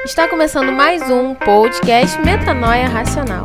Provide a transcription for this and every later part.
Está começando mais um podcast Metanoia Racional.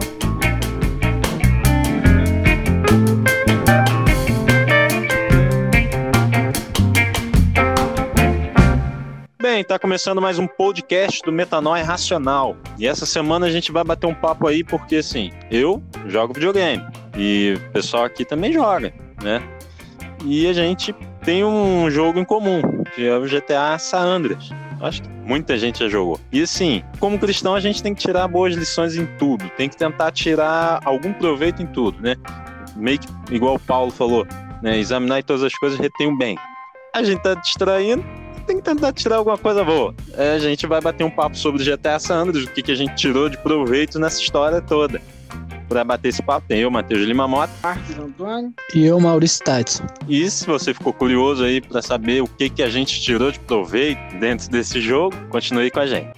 Bem, tá começando mais um podcast do Metanoia Racional. E essa semana a gente vai bater um papo aí porque, assim, eu jogo videogame e o pessoal aqui também joga, né? E a gente tem um jogo em comum, que é o GTA San Andreas. Acho que muita gente já jogou. E assim, como cristão, a gente tem que tirar boas lições em tudo. Tem que tentar tirar algum proveito em tudo, né? Meio que igual o Paulo falou, né? Examinar todas as coisas, retém o bem. A gente tá distraindo, tem que tentar tirar alguma coisa boa. A gente vai bater um papo sobre o GTA San Andreas, o que a gente tirou de proveito nessa história toda. Para bater esse papo, tem eu, Matheus Lima Mota, Marcos Antônio e eu, Maurício Tadson. E se você ficou curioso aí para saber o que a gente tirou de proveito dentro desse jogo, continue com a gente.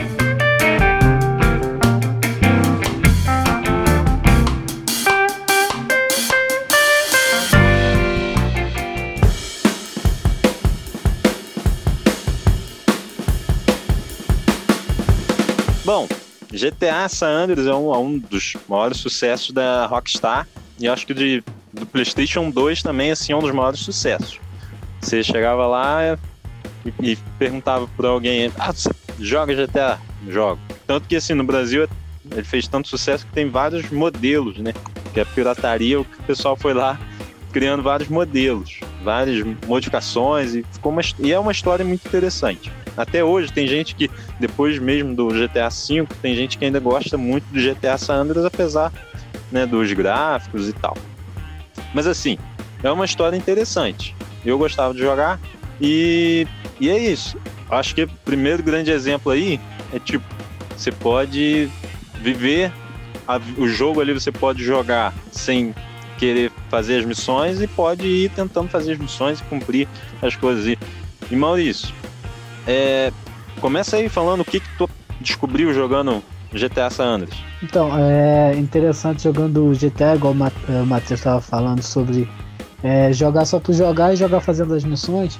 Bom, GTA San Andreas é um dos maiores sucessos da Rockstar e acho que do PlayStation 2 também assim, é um dos maiores sucessos. Você chegava lá e perguntava para alguém: você joga GTA? Jogo. Tanto que assim, no Brasil ele fez tanto sucesso que tem vários modelos, né? Que é a pirataria, o pessoal foi lá criando vários modelos, várias modificações e é uma história muito interessante. Até hoje tem gente que, depois mesmo do GTA V, tem gente que ainda gosta muito do GTA San Andreas, apesar, né, dos gráficos e tal. Mas assim, é uma história interessante. Eu gostava de jogar e é isso. Acho que o primeiro grande exemplo aí é tipo, você pode viver o jogo ali, você pode jogar sem querer fazer as missões e pode ir tentando fazer as missões e cumprir as coisas. E Maurício, começa aí falando o que tu descobriu jogando GTA San Andreas. Então, é interessante jogando GTA, igual o Matheus estava falando sobre jogar só por jogar e jogar fazendo as missões,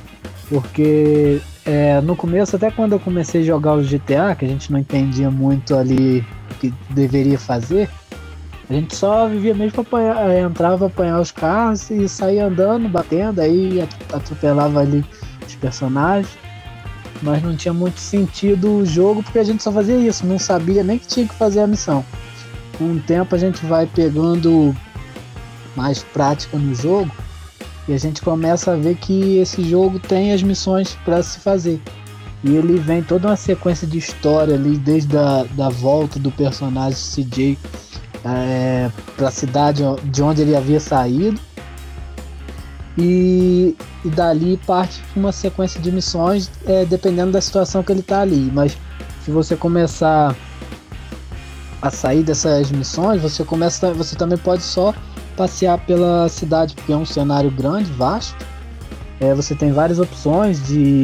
porque no começo, até quando eu comecei a jogar o GTA, que a gente não entendia muito ali o que deveria fazer, a gente só vivia mesmo para entrava, apanhar os carros e saía andando, batendo, aí atropelava ali os personagens. Mas não tinha muito sentido o jogo porque a gente só fazia isso, não sabia nem que tinha que fazer a missão. Com o tempo a gente vai pegando mais prática no jogo e a gente começa a ver que esse jogo tem as missões para se fazer. E ele vem toda uma sequência de história ali, desde da volta do personagem CJ para a cidade de onde ele havia saído. E dali parte uma sequência de missões, dependendo da situação que ele está ali. Mas se você começar a sair dessas missões, você também pode só passear pela cidade, porque é um cenário grande, vasto. Você tem várias opções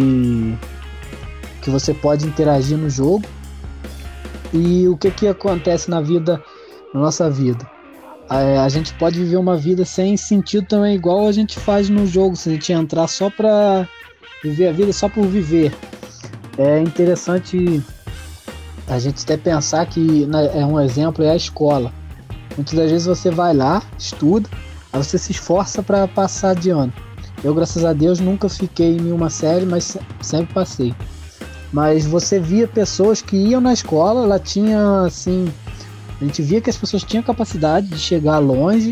que você pode interagir no jogo. E o que acontece na nossa vida? A gente pode viver uma vida sem sentido também, igual a gente faz no jogo, se a gente entrar só para viver a vida só por viver. É interessante a gente até pensar que um exemplo é a escola. Muitas das vezes você vai lá, estuda, aí você se esforça para passar de ano. Eu, graças a Deus, nunca fiquei em nenhuma série, mas sempre passei. Mas você via pessoas que iam na escola, ela tinha assim... A gente via que as pessoas tinham capacidade de chegar longe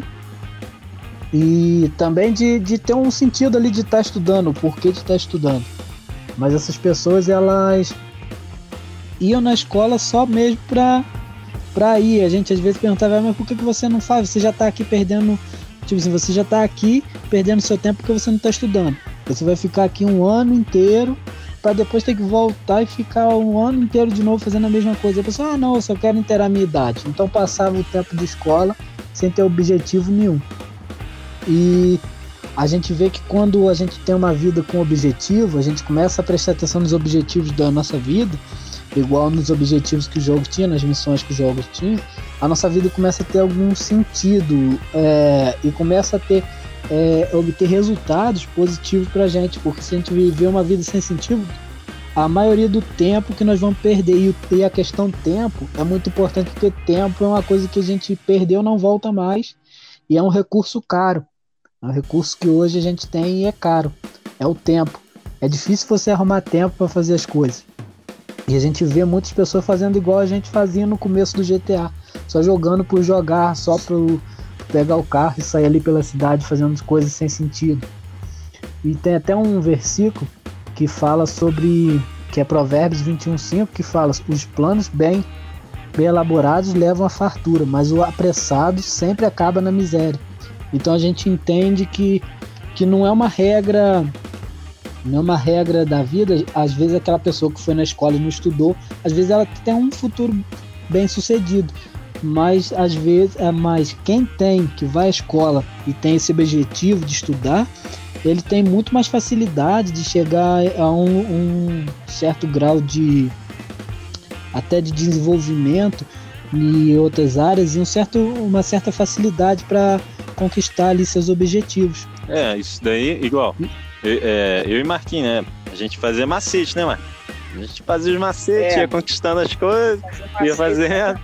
e também de ter um sentido ali de estar estudando, o porquê de estar estudando. Mas essas pessoas, elas iam na escola só mesmo pra ir. A gente às vezes perguntava: mas por que você não faz? Você já está aqui perdendo... Tipo assim, você já está aqui perdendo seu tempo porque você não está estudando. Você vai ficar aqui um ano inteiro para depois ter que voltar e ficar um ano inteiro de novo fazendo a mesma coisa. A pessoa: não, eu só quero inteirar a minha idade. Então passava o tempo de escola sem ter objetivo nenhum. E a gente vê que quando a gente tem uma vida com objetivo, a gente começa a prestar atenção nos objetivos da nossa vida, igual nos objetivos que o jogo tinha, nas missões que o jogo tinha, a nossa vida começa a ter algum sentido e começa a obter resultados positivos pra gente, porque se a gente viver uma vida sem sentido, a maioria do tempo que nós vamos perder. E a questão tempo é muito importante, porque tempo é uma coisa que a gente perdeu, não volta mais, e é um recurso caro. É um recurso que hoje a gente tem e é caro. É o tempo. É difícil você arrumar tempo para fazer as coisas. E a gente vê muitas pessoas fazendo igual a gente fazia no começo do GTA. Só jogando por jogar, só por pegar o carro e sair ali pela cidade fazendo coisas sem sentido. E tem até um versículo que fala sobre, que é Provérbios 21:5, que fala: os planos bem elaborados levam à fartura, mas o apressado sempre acaba na miséria. Então a gente entende que não é uma regra, da vida. Às vezes aquela pessoa que foi na escola e não estudou, às vezes ela tem um futuro bem sucedido, mas às vezes quem que vai à escola e tem esse objetivo de estudar, ele tem muito mais facilidade de chegar a um certo grau de desenvolvimento em outras áreas e uma certa facilidade para conquistar ali seus objetivos. Isso daí, igual eu e Marquinhos, né? A gente fazia macete, né, Marquinhos? A gente fazia os macetes, ia conquistando as coisas, ia fazendo.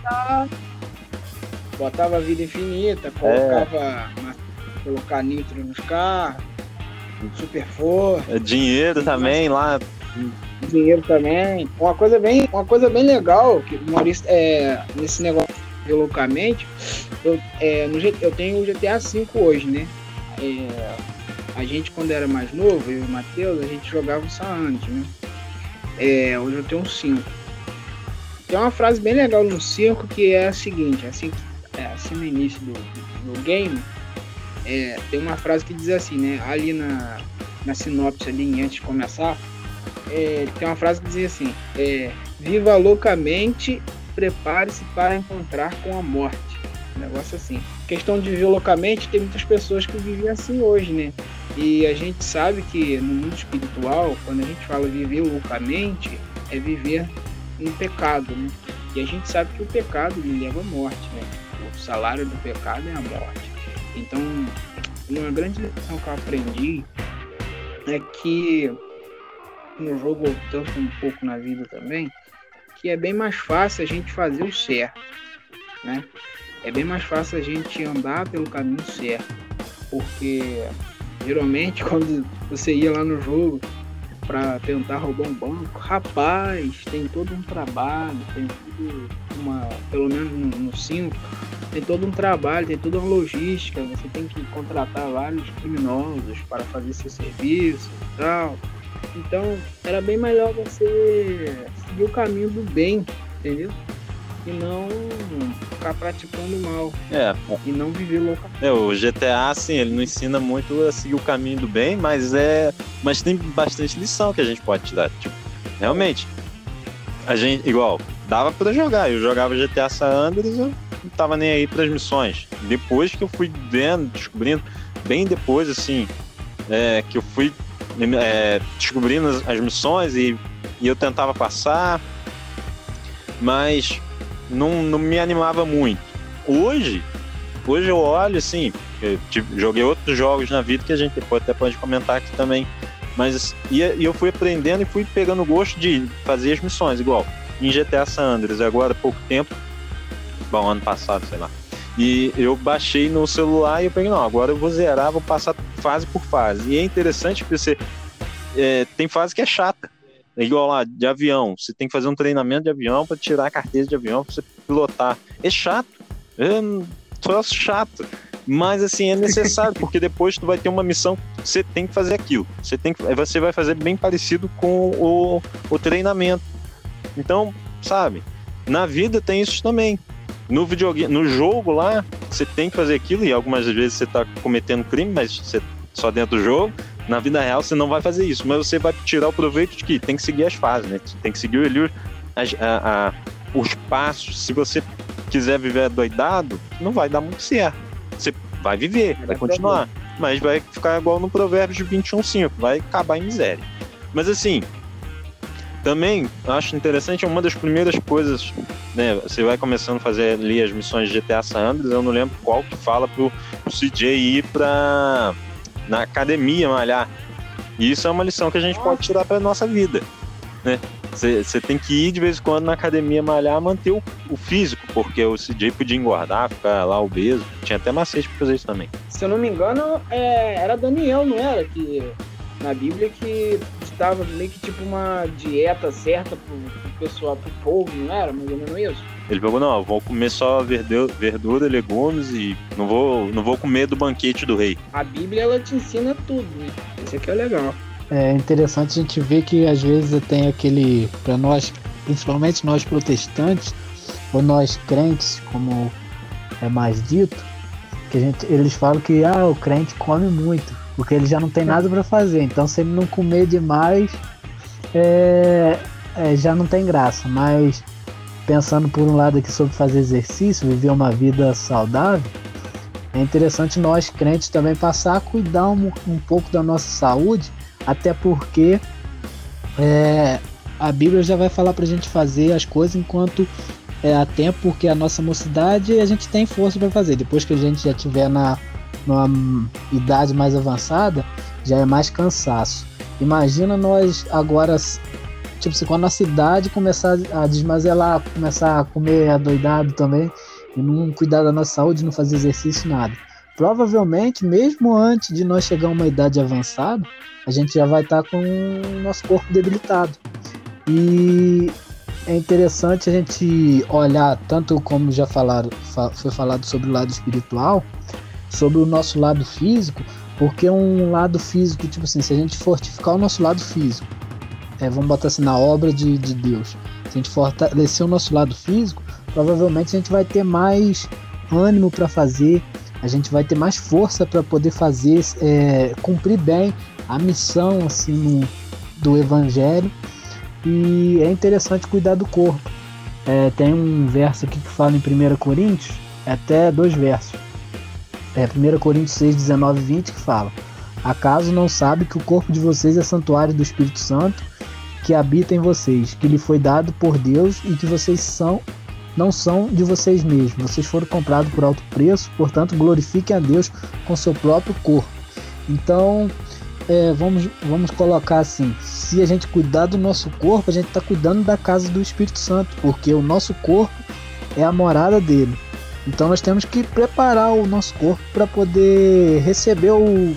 Botava vida infinita, colocar nitro nos carros, super força. Dinheiro também lá. Dinheiro também. Uma coisa bem legal que o Maurício, nesse negócio de loucamente, eu tenho o GTA V hoje, né? A gente, quando era mais novo, eu e o Matheus, a gente jogava o San Andreas, né? Hoje eu tenho um 5. Tem uma frase bem legal no 5 que é a seguinte: assim no início do game, tem uma frase que diz assim, né? Ali na sinopse, ali antes de começar, tem uma frase que diz assim: viva loucamente, prepare-se para encontrar com a morte. Um negócio assim. Questão de viver loucamente, tem muitas pessoas que vivem assim hoje, né? E a gente sabe que no mundo espiritual, quando a gente fala viver loucamente, é viver no pecado, né? E a gente sabe que o pecado ele leva à morte, né? O salário do pecado é a morte. Então, uma grande lição que eu aprendi é que no jogo, tanto um pouco na vida também, que é bem mais fácil a gente fazer o certo, né? É bem mais fácil a gente andar pelo caminho certo, porque geralmente quando você ia lá no jogo para tentar roubar um banco, rapaz, tem todo um trabalho, tem tudo pelo menos no 5, tem todo um trabalho, tem toda uma logística, você tem que contratar vários criminosos para fazer seu serviço e tal. Então era bem melhor você seguir o caminho do bem, entendeu? E não ficar praticando mal. E não viver loucamente. O GTA, assim, ele não ensina muito a seguir o caminho do bem, mas tem bastante lição que a gente pode tirar. Tipo, realmente, a gente, igual, dava pra jogar. Eu jogava GTA San Andreas, eu não tava nem aí pras missões. Depois que eu fui descobrindo, bem depois, assim, que eu fui descobrindo as missões e eu tentava passar, mas não me animava muito. Hoje eu olho assim, joguei outros jogos na vida que a gente pode comentar aqui também, mas eu fui aprendendo e fui pegando gosto de fazer as missões, igual em GTA San Andreas, agora há pouco tempo, ano passado, sei lá, e eu baixei no celular e eu peguei, agora eu vou zerar, vou passar fase por fase. E é interessante porque você tem fase que é chata. É igual lá, de avião. Você tem que fazer um treinamento de avião para tirar a carteira de avião para você pilotar. É chato. Troço chato. Mas assim, é necessário, porque depois tu vai ter uma missão que você tem que fazer aquilo. Você vai fazer bem parecido com o treinamento. Então, sabe, na vida tem isso também. No videogame, no jogo lá, você tem que fazer aquilo, e algumas vezes você tá cometendo crime, mas você só dentro do jogo. Na vida real você não vai fazer isso, mas você vai tirar o proveito de que tem que seguir as fases, né? Tem que seguir os passos. Se você quiser viver doidado, não vai dar muito certo. Você vai viver, vai continuar, mas vai ficar igual no Provérbios 21:5, vai acabar em miséria. Mas assim, também acho interessante, uma das primeiras coisas, né? Você vai começando a fazer ali as missões de GTA San Andreas, eu não lembro qual que fala pro CJ ir na academia malhar. E isso é uma lição que a gente pode tirar para nossa vida. né? Você tem que ir de vez em quando na academia malhar, manter o físico, porque o CJ podia engordar, ficar lá obeso. Tinha até macete pra fazer isso também. Se eu não me engano, era Daniel, não era? Que na Bíblia que estava meio que tipo uma dieta certa pro pessoal, pro povo, não era? Mais ou menos isso? Ele falou, não, eu vou comer só verdura, legumes e não vou comer do banquete do rei. A Bíblia, ela te ensina tudo, né? Isso aqui é legal. É interessante a gente ver que às vezes tem aquele, para nós, principalmente nós protestantes, ou nós crentes, como é mais dito, que eles falam que o crente come muito, porque ele já não tem nada para fazer, então se ele não comer demais, já não tem graça. Mas pensando por um lado aqui sobre fazer exercício, viver uma vida saudável, é interessante nós crentes também passar a cuidar um pouco da nossa saúde, até porque a Bíblia já vai falar pra gente fazer as coisas enquanto há tempo, porque a nossa mocidade a gente tem força para fazer. Depois que a gente já estiver numa idade mais avançada, já é mais cansaço. Imagina nós agora, tipo, se com a nossa idade começar a desmazelar, começar a comer adoidado também, e não cuidar da nossa saúde, não fazer exercício, nada. Provavelmente, mesmo antes de nós chegar a uma idade avançada, a gente já vai estar com o nosso corpo debilitado. E é interessante a gente olhar, tanto como já foi falado sobre o lado espiritual, sobre o nosso lado físico, porque um lado físico, tipo assim, se a gente fortificar o nosso lado físico, vamos botar assim, na obra de Deus, se a gente fortalecer o nosso lado físico, provavelmente a gente vai ter mais ânimo para fazer, a gente vai ter mais força para poder fazer, cumprir bem a missão assim, do Evangelho. E é interessante cuidar do corpo. Tem um verso aqui que fala em 1 Coríntios, até 2 versos. 1 Coríntios 6, 19 e 20, que fala: acaso não sabe que o corpo de vocês é santuário do Espírito Santo, que habita em vocês, que lhe foi dado por Deus e que vocês não são de vocês mesmos. Vocês foram comprados por alto preço, portanto glorifiquem a Deus com seu próprio corpo. Então, vamos colocar assim, se a gente cuidar do nosso corpo, a gente está cuidando da casa do Espírito Santo, porque o nosso corpo é a morada dele. Então nós temos que preparar o nosso corpo para poder receber o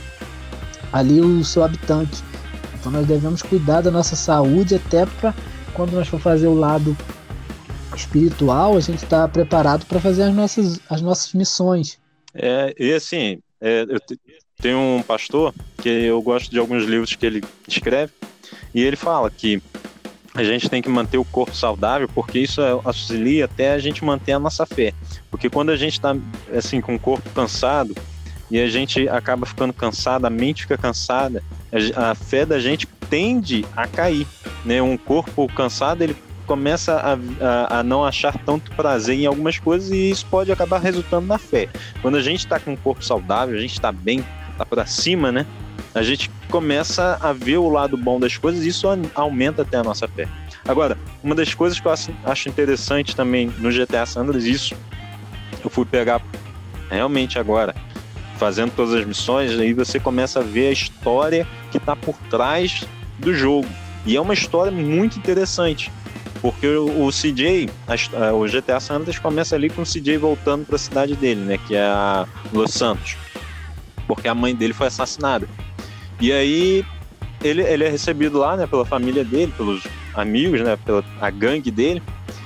seu habitante. Então nós devemos cuidar da nossa saúde, até para quando nós for fazer o lado espiritual, a gente está preparado para fazer as nossas missões. E assim, eu tenho um pastor que eu gosto de alguns livros que ele escreve, e ele fala que a gente tem que manter o corpo saudável, porque isso auxilia até a gente manter a nossa fé. Porque quando a gente está assim, com o corpo cansado, e a gente acaba ficando cansado, a mente fica cansada, a fé da gente tende a cair, né? Um corpo cansado, ele começa a não achar tanto prazer em algumas coisas, e isso pode acabar resultando na fé. Quando a gente está com o corpo saudável, a gente está bem, está para cima, né? A gente começa a ver o lado bom das coisas, e isso aumenta até a nossa fé. Agora, uma das coisas que eu acho interessante também no GTA San Andreas, isso eu fui pegar realmente agora, fazendo todas as missões, aí você começa a ver a história que está por trás do jogo. E é uma história muito interessante, porque o CJ, o GTA San Andreas começa ali com o CJ voltando para a cidade dele, né, que é Los Santos, porque a mãe dele foi assassinada. E aí ele é recebido lá, né, pela família dele, pelos amigos, né, pela a gangue dele.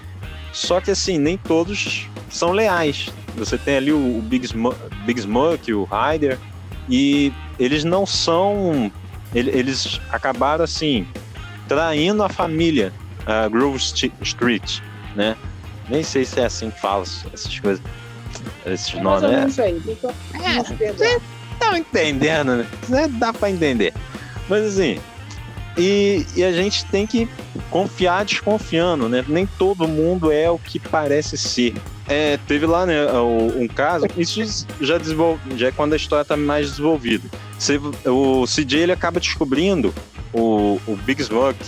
Só que assim, nem todos são leais. Você tem ali o Big Smoke, o Ryder, e eles não são... Eles acabaram assim traindo a família, a Grove Street, né? Nem sei se é assim que fala essas coisas, esses nomes, né? Isso aí, Vocês estão entendendo, né? Dá pra entender. Mas assim, e a gente tem que confiar desconfiando, né? Nem todo mundo é o que parece ser. Teve lá, né, um caso, isso já é quando a história tá mais desenvolvida. O CJ, ele acaba descobrindo o Big Smoke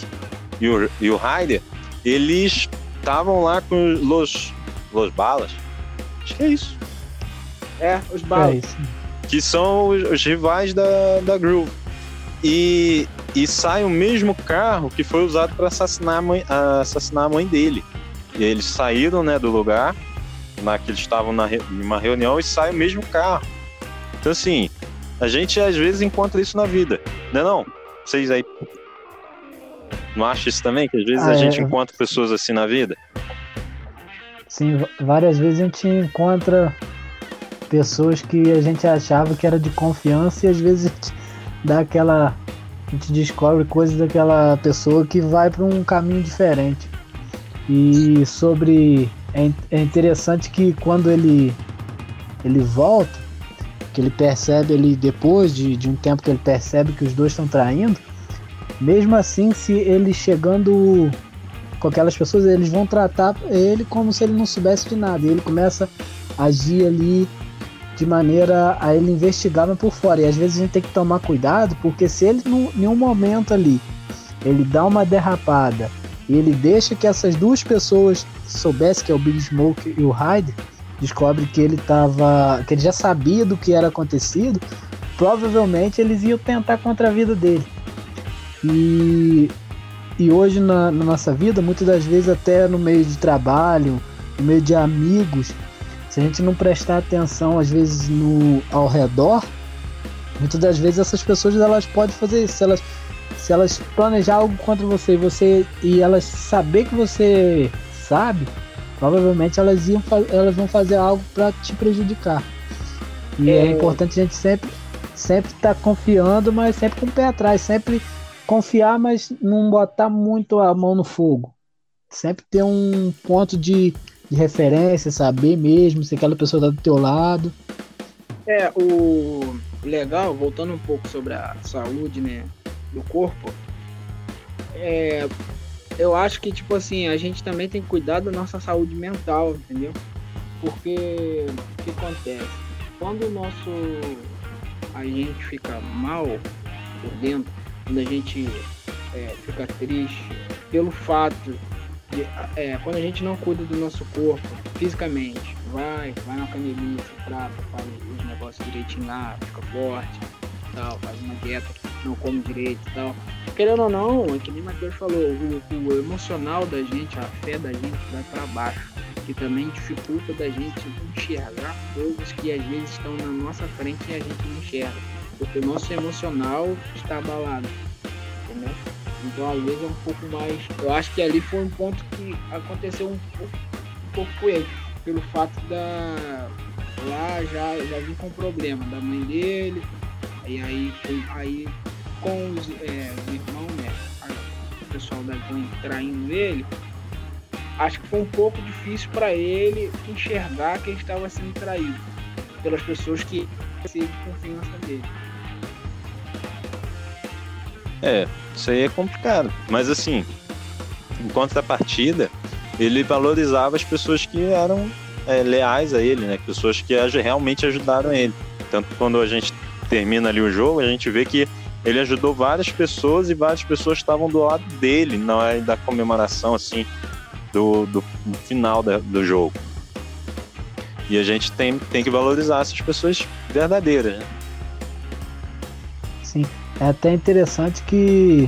e o Ryder, eles estavam lá com los balas. Acho que é isso. Os balas. Que são os rivais da Groove. e sai o mesmo carro que foi usado para assassinar a mãe dele. E eles saíram, né, do lugar, que eles estavam em uma reunião, e sai o mesmo carro. Então, assim, a gente às vezes encontra isso na vida, né não? Vocês aí não acham isso também? Que às vezes a gente encontra pessoas assim na vida? Sim, várias vezes a gente encontra pessoas que a gente achava que era de confiança e às vezes a gente descobre coisas daquela pessoa que vai para um caminho diferente. E é interessante que quando ele volta, que ele percebe ali depois de um tempo que ele percebe que os dois estão traindo, mesmo assim, se ele chegando com aquelas pessoas, eles vão tratar ele como se ele não soubesse de nada, e ele começa a agir ali de maneira a ele investigar por fora. E às vezes a gente tem que tomar cuidado, porque se ele em nenhum momento ali ele dá uma derrapada e ele deixa que essas duas pessoas soubessem, que é o Big Smoke e o Hyde, descobre que ele já sabia do que era acontecido, provavelmente eles iam tentar contra a vida dele. E hoje na nossa vida, muitas das vezes até no meio de trabalho, no meio de amigos, se a gente não prestar atenção às vezes ao redor, muitas das vezes essas pessoas elas podem fazer isso. Se elas planejar algo contra você e elas saber que você sabe, provavelmente elas vão fazer algo para te prejudicar. E é importante a gente sempre estar confiando, mas sempre com o pé atrás, sempre confiar, mas não botar muito a mão no fogo. Sempre ter um ponto de referência, saber mesmo se aquela pessoa está do teu lado. O legal, voltando um pouco sobre a saúde, né, do corpo, eu acho que, tipo assim, a gente também tem que cuidar da nossa saúde mental, entendeu? Porque o que acontece? Quando a gente fica mal por dentro, quando a gente fica triste pelo fato de quando a gente não cuida do nosso corpo fisicamente, vai na academia, se trata, faz os negócios direitinho lá, fica forte, tal, faz uma dieta, não come direito e tal. Querendo ou não, é que nem o Matheus falou, o emocional da gente, a fé da gente vai para baixo, que também dificulta da gente enxergar coisas que às vezes estão na nossa frente e a gente não enxerga, porque o nosso emocional está abalado, entendeu? Então às vezes é um pouco mais, eu acho que ali foi um ponto que aconteceu um pouco com ele, pelo fato lá já vim com problema da mãe dele, e aí com os irmãos, né, o pessoal da gangue traindo ele, acho que foi um pouco difícil para ele enxergar que ele estava sendo traído pelas pessoas que teve confiança dele. Isso aí é complicado, mas assim, em contrapartida, ele valorizava as pessoas que eram leais a ele, né? Pessoas que realmente ajudaram ele. Tanto que quando a gente termina ali o jogo, a gente vê que ele ajudou várias pessoas e várias pessoas estavam do lado dele na hora da comemoração, assim, do final do jogo. E a gente tem que valorizar essas pessoas verdadeiras, né? Sim, é até interessante que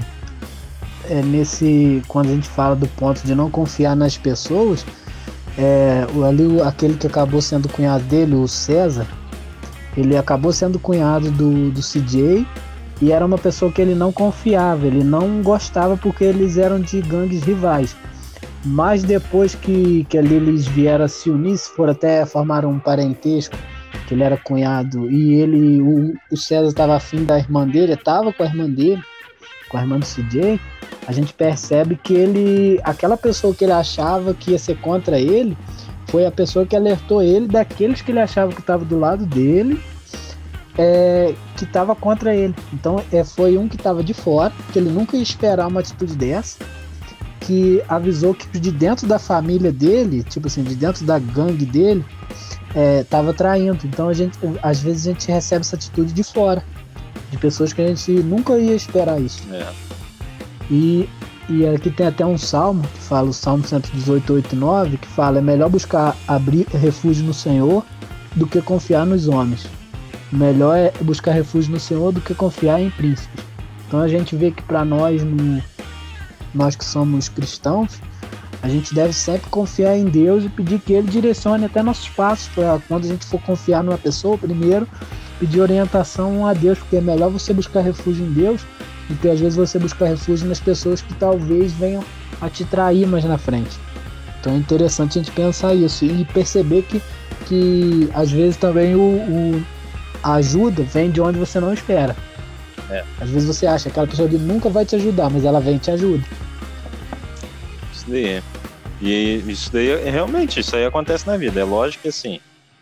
quando a gente fala do ponto de não confiar nas pessoas, aquele que acabou sendo cunhado dele, o César, ele acabou sendo cunhado do CJ e era uma pessoa que ele não confiava, ele não gostava porque eles eram de gangues rivais. Mas depois que ali eles vieram a se unir, foram até formar um parentesco, que ele era cunhado, e o César estava afim da irmã dele, estava com a irmã dele, com a irmã do CJ, a gente percebe que aquela pessoa que ele achava que ia ser contra ele, foi a pessoa que alertou ele daqueles que ele achava que estava do lado dele, que estava contra ele. Então foi um que estava de fora, que ele nunca ia esperar uma atitude dessa, que avisou que de dentro da família dele, tipo assim, de dentro da gangue dele, estava traindo. Então às vezes a gente recebe essa atitude de fora, de pessoas que a gente nunca ia esperar isso. E aqui tem até um salmo que fala, o Salmo 118, 8 e 9, que fala: é melhor buscar abrir refúgio no Senhor do que confiar nos homens. Melhor é buscar refúgio no Senhor do que confiar em príncipes. Então a gente vê que para nós que somos cristãos, a gente deve sempre confiar em Deus e pedir que Ele direcione até nossos passos, para quando a gente for confiar numa pessoa, primeiro pedir orientação a Deus, porque é melhor você buscar refúgio em Deus do que às vezes você buscar refúgio nas pessoas que talvez venham a te trair mais na frente. Então é interessante a gente pensar isso e perceber que às vezes também a ajuda vem de onde você não espera. Às vezes você acha que aquela pessoa ali nunca vai te ajudar, mas ela vem e te ajuda. Isso daí. E isso daí, realmente, isso aí acontece na vida. É lógico que assim,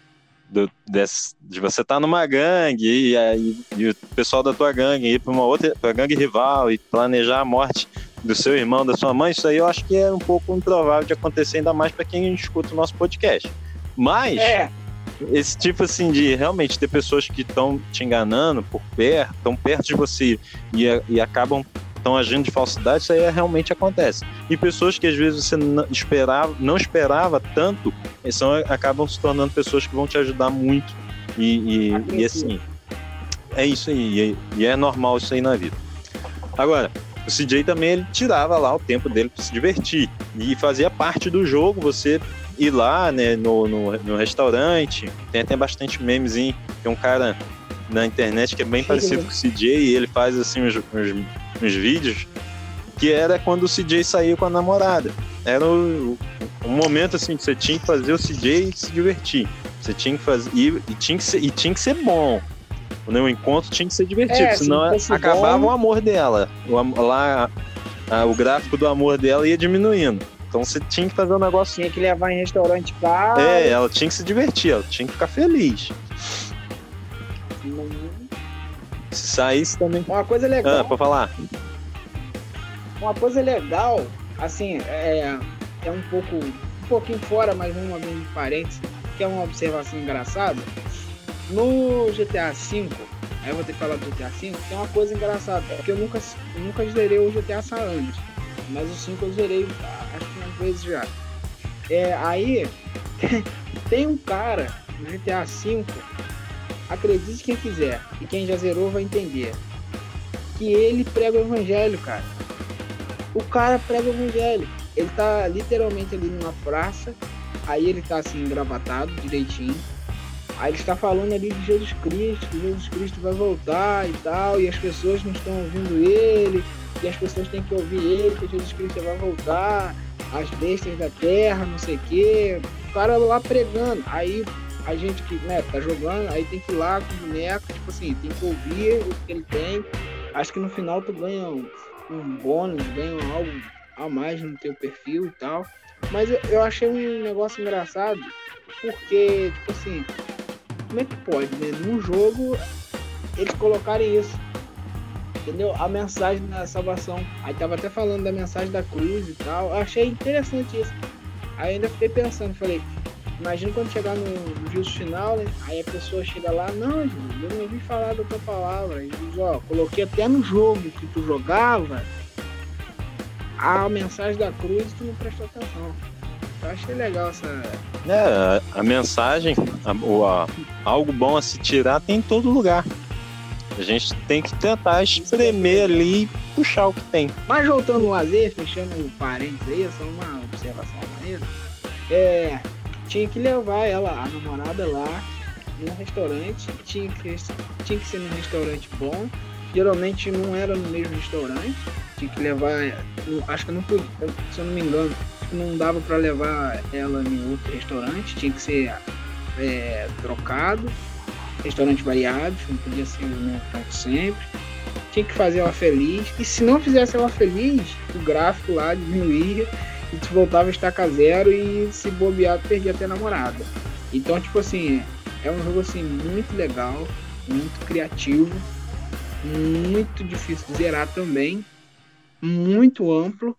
de você estar numa gangue e o pessoal da tua gangue ir para pra gangue rival e planejar a morte do seu irmão, da sua mãe, isso aí eu acho que é um pouco improvável de acontecer, ainda mais para quem escuta o nosso podcast. Mas esse tipo assim de realmente ter pessoas que estão te enganando estão perto de você e acabam estão agindo de falsidade, isso aí realmente acontece. E pessoas que às vezes você não esperava tanto, acabam se tornando pessoas que vão te ajudar muito. E assim, é isso aí. E é normal isso aí na vida. Agora, o CJ também ele tirava lá o tempo dele para se divertir. E fazia parte do jogo você ir lá, né, no restaurante. Tem até bastante memezinho. Tem um cara na internet que é bem parecido com o CJ e ele faz assim uns vídeos que era quando o CJ saiu com a namorada. Era um momento assim que você tinha que fazer o CJ se divertir. Você tinha que fazer e tinha que ser bom. O encontro tinha que ser divertido, senão acabava bom. O amor dela. O gráfico do amor dela ia diminuindo. Então você tinha que fazer um negócio. Tinha que levar em restaurante caro. Ela tinha que se divertir, ela tinha que ficar feliz. Se saísse também. Uma coisa legal. Pra falar. Uma coisa legal, assim, é um pouquinho fora, mas uma bem parênteses, que é uma observação engraçada. No GTA V, aí eu vou ter que falar do GTA V, tem uma coisa engraçada, porque eu nunca zerei o GTA San Andreas, mas o 5 eu zerei acho que umas vezes já. Aí tem um cara no GTA V, acredite quem quiser, e quem já zerou vai entender, que ele prega o evangelho, cara. O cara prega o evangelho. Ele tá literalmente ali numa praça, aí ele tá assim engravatado direitinho. Aí ele está falando ali de Jesus Cristo, que Jesus Cristo vai voltar e tal, e as pessoas não estão ouvindo ele, e as pessoas têm que ouvir ele, que Jesus Cristo vai voltar, as bestas da terra, não sei o quê. O cara lá pregando. Aí a gente que tá jogando, aí tem que ir lá com o boneco, tipo assim, tem que ouvir o que ele tem. Acho que no final tu ganha um bônus, ganha algo a mais no teu perfil e tal. Mas eu achei um negócio engraçado, porque, tipo assim, como é que pode, né? Num jogo, eles colocarem isso, entendeu? A mensagem da salvação. Aí tava até falando da mensagem da cruz e tal. Eu achei interessante isso. Aí ainda fiquei pensando, falei, imagina quando chegar no juízo final, né? Aí a pessoa chega lá, não, Jesus, eu não ouvi falar da tua palavra. Jesus, coloquei até no jogo que tu jogava a mensagem da cruz e tu não prestou atenção. Eu achei legal essa... a mensagem, algo bom a se tirar tem em todo lugar. A gente tem que tentar espremer ali e puxar o que tem. Mas voltando no lazer, fechando o parênteses aí, só uma observação maneira. Tinha que levar a namorada lá num restaurante, tinha que ser num restaurante bom. Geralmente não era no mesmo restaurante, tinha que levar, acho que não podia, se eu não me engano, não dava para levar ela em outro restaurante, tinha que ser trocado, restaurante variado, não podia ser o mesmo sempre, tinha que fazer ela feliz, e se não fizesse ela feliz, o gráfico lá diminuía e tu voltava a estaca zero e se bobear perdia até a namorada. Então, tipo assim, é um jogo assim muito legal, muito criativo, muito difícil de zerar também, muito amplo,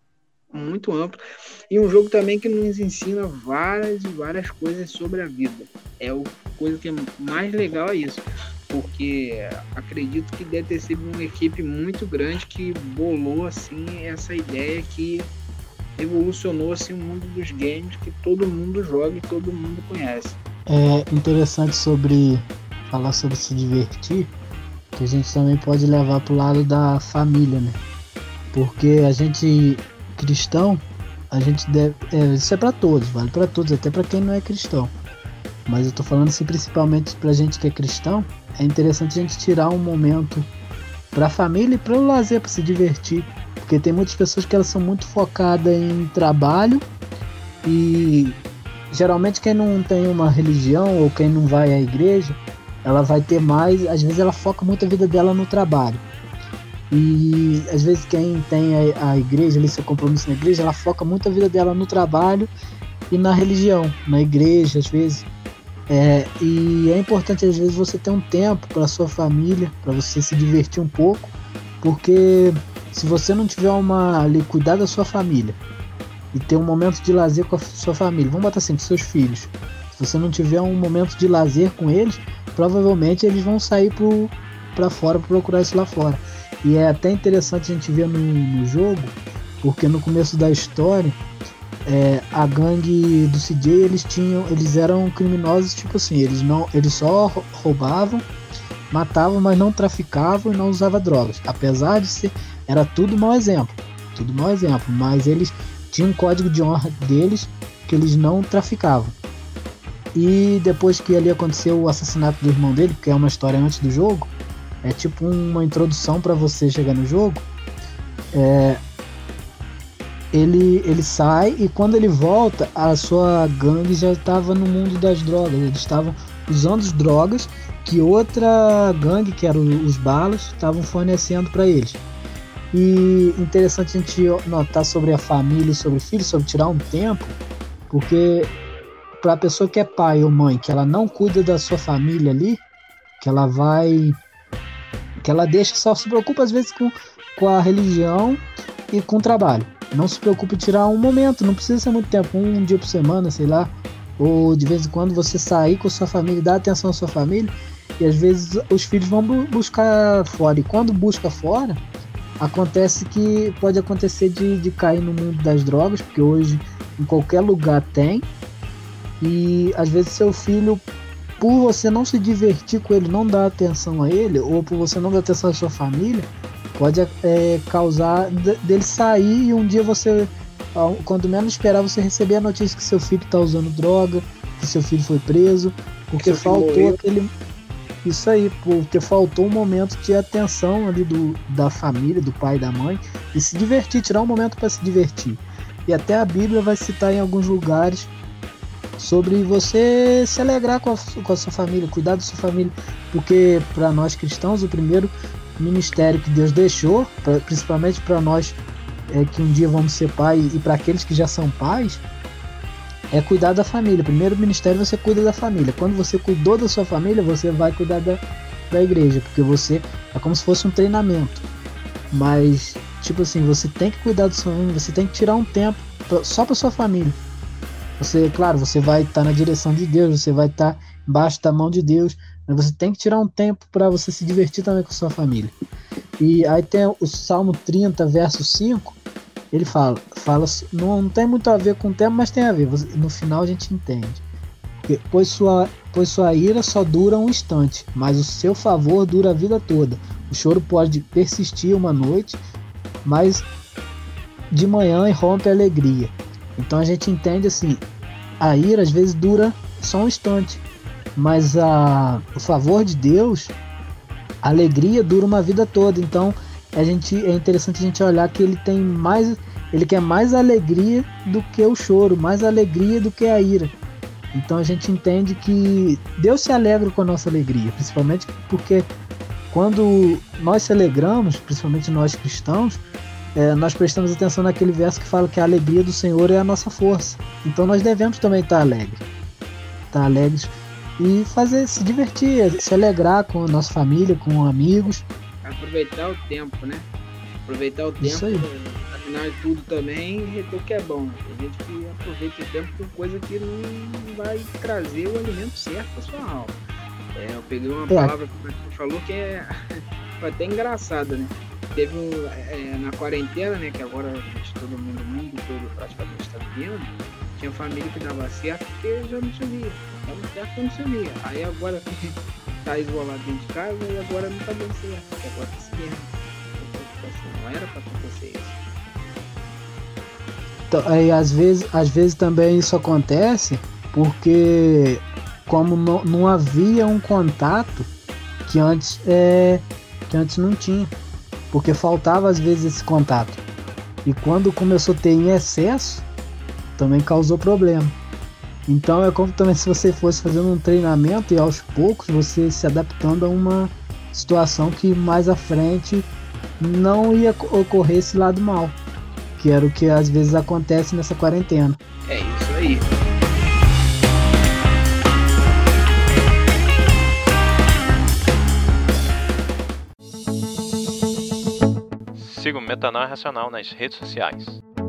e um jogo também que nos ensina várias e várias coisas sobre a vida. É a coisa que é mais legal, é isso, porque acredito que deve ter sido uma equipe muito grande que bolou assim essa ideia que evolucionou assim o mundo dos games, que todo mundo joga e todo mundo conhece. É interessante falar sobre se divertir. que a gente também pode levar pro lado da família, né? Porque a gente, cristão, a gente deve... isso é pra todos, vale pra todos, até pra quem não é cristão. Mas eu tô falando assim, principalmente pra gente que é cristão, é interessante a gente tirar um momento pra família e pro lazer, pra se divertir. Porque tem muitas pessoas que elas são muito focadas em trabalho e geralmente quem não tem uma religião ou quem não vai à igreja, ela vai ter mais, às vezes ela foca muito a vida dela no trabalho. E às vezes quem tem a igreja, ali seu compromisso na igreja, ela foca muito a vida dela no trabalho e na religião, na igreja às vezes. E é importante às vezes você ter um tempo para sua família, para você se divertir um pouco, porque se você não tiver cuidar da sua família e ter um momento de lazer com a sua família, vamos botar assim, com seus filhos, se você não tiver um momento de lazer com eles, provavelmente eles vão sair para fora, procurar isso lá fora. E é até interessante a gente ver no jogo, porque no começo da história, a gangue do CJ, eles eram criminosos, tipo assim, eles só roubavam, matavam, mas não traficavam e não usavam drogas. Apesar de ser, era tudo mau exemplo, mas eles tinham um código de honra deles que eles não traficavam. E depois que ali aconteceu o assassinato do irmão dele, que é uma história antes do jogo, é tipo uma introdução para você chegar no jogo. Ele sai e quando ele volta, a sua gangue já estava no mundo das drogas. Eles estavam usando as drogas que outra gangue, que eram os balas, estavam fornecendo para eles. E interessante a gente notar sobre a família, sobre o filho, sobre tirar um tempo, porque para a pessoa que é pai ou mãe, que ela não cuida da sua família ali, que ela deixa, só se preocupa às vezes com a religião e com o trabalho. Não se preocupe em tirar um momento, não precisa ser muito tempo, um dia por semana, sei lá, ou de vez em quando você sair com a sua família, dar atenção à sua família, e às vezes os filhos vão buscar fora, e quando busca fora, pode acontecer de cair no mundo das drogas, porque hoje em qualquer lugar tem, e às vezes seu filho, por você não se divertir com ele, não dar atenção a ele, ou por você não dar atenção à sua família, pode causar dele sair e um dia você, quando menos esperar, você receber a notícia que seu filho está usando droga, que seu filho foi preso, porque faltou isso aí, porque faltou um momento de atenção ali da família, do pai e da mãe, e se divertir, tirar um momento para se divertir. E até a Bíblia vai citar em alguns lugares sobre você se alegrar com a sua família, cuidar da sua família, porque para nós cristãos o primeiro ministério que Deus deixou, principalmente para nós que um dia vamos ser pais, e para aqueles que já são pais, é cuidar da família. O primeiro ministério, você cuida da família. Quando você cuidou da sua família, você vai cuidar da igreja, porque você é como se fosse um treinamento. Mas tipo assim, você tem que cuidar da sua família, você tem que tirar um tempo só para sua família. Claro, você vai estar na direção de Deus, você vai estar embaixo da mão de Deus, mas você tem que tirar um tempo para você se divertir também com a sua família. E aí tem o Salmo 30, verso 5, ele fala não tem muito a ver com o tema, mas tem a ver, no final a gente entende. Pois sua ira só dura um instante, mas o seu favor dura a vida toda. O choro pode persistir uma noite, mas de manhã irrompe a alegria. Então a gente entende assim, a ira às vezes dura só um instante, mas o favor de Deus, a alegria dura uma vida toda. Então é interessante a gente olhar que ele quer mais alegria do que o choro, mais alegria do que a ira. Então a gente entende que Deus se alegra com a nossa alegria, principalmente porque quando nós se alegramos, principalmente nós cristãos, nós prestamos atenção naquele verso que fala que a alegria do Senhor é a nossa força. Então nós devemos também estar alegres e se divertir, se alegrar com a nossa família, com amigos. Aproveitar o tempo, né? Aproveitar o tempo, afinal de tudo também, reter o que é bom. Tem gente que aproveita o tempo com coisa que não vai trazer o alimento certo para sua alma. Eu peguei uma palavra que você falou que foi até engraçada, né? Teve na quarentena, né? Que agora todo mundo, o mundo todo praticamente está vivendo. Tinha família que dava certo porque já não chovia. Dava certo quando chovia. Aí agora tá isolado dentro de casa e agora não tá dando certo. Porque agora tá se vendo. Não era pra acontecer isso. Então, aí, às vezes também isso acontece porque como não havia um contato que antes não tinha. Porque faltava às vezes esse contato. E quando começou a ter em excesso, também causou problema. Então é como também se você fosse fazendo um treinamento e aos poucos você se adaptando a uma situação que mais à frente não ia ocorrer esse lado mal, que era o que às vezes acontece nessa quarentena. É isso aí. Siga o Metanoia Racional nas redes sociais.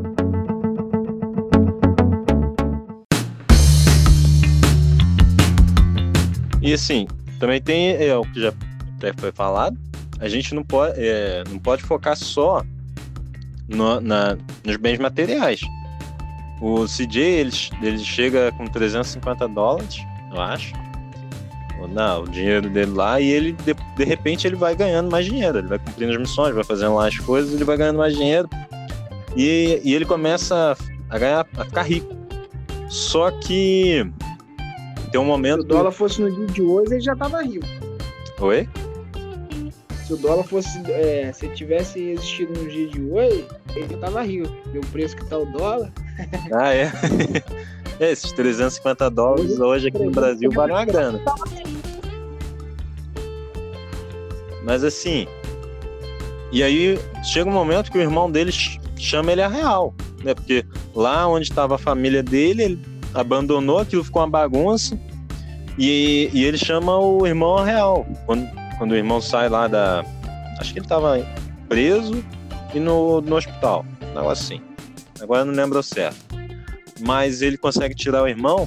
E assim, também tem o que já até foi falado, a gente não pode focar só nos bens materiais. O CJ, ele chega com $350, eu acho, o dinheiro dele lá, e ele, de repente, ele vai ganhando mais dinheiro, ele vai cumprindo as missões, vai fazendo lá as coisas, ele vai ganhando mais dinheiro, e ele começa a ficar rico. Só que tem um momento... Se o dólar fosse no dia de hoje, ele já tava rico. Oi? Se o dólar fosse... se tivesse existido no dia de hoje, ele já tava rico. E o preço que tá o dólar... Ah, é? Esses $350 hoje aqui no Brasil valem uma grana. Mas assim... E aí, chega um momento que o irmão dele chama ele a real, né? Porque lá onde estava a família dele, ele abandonou, aquilo ficou uma bagunça, e ele chama o irmão a real. Quando o irmão sai lá da... Acho que ele estava preso e no hospital, um negócio assim. Agora eu não lembro certo. Mas ele consegue tirar o irmão,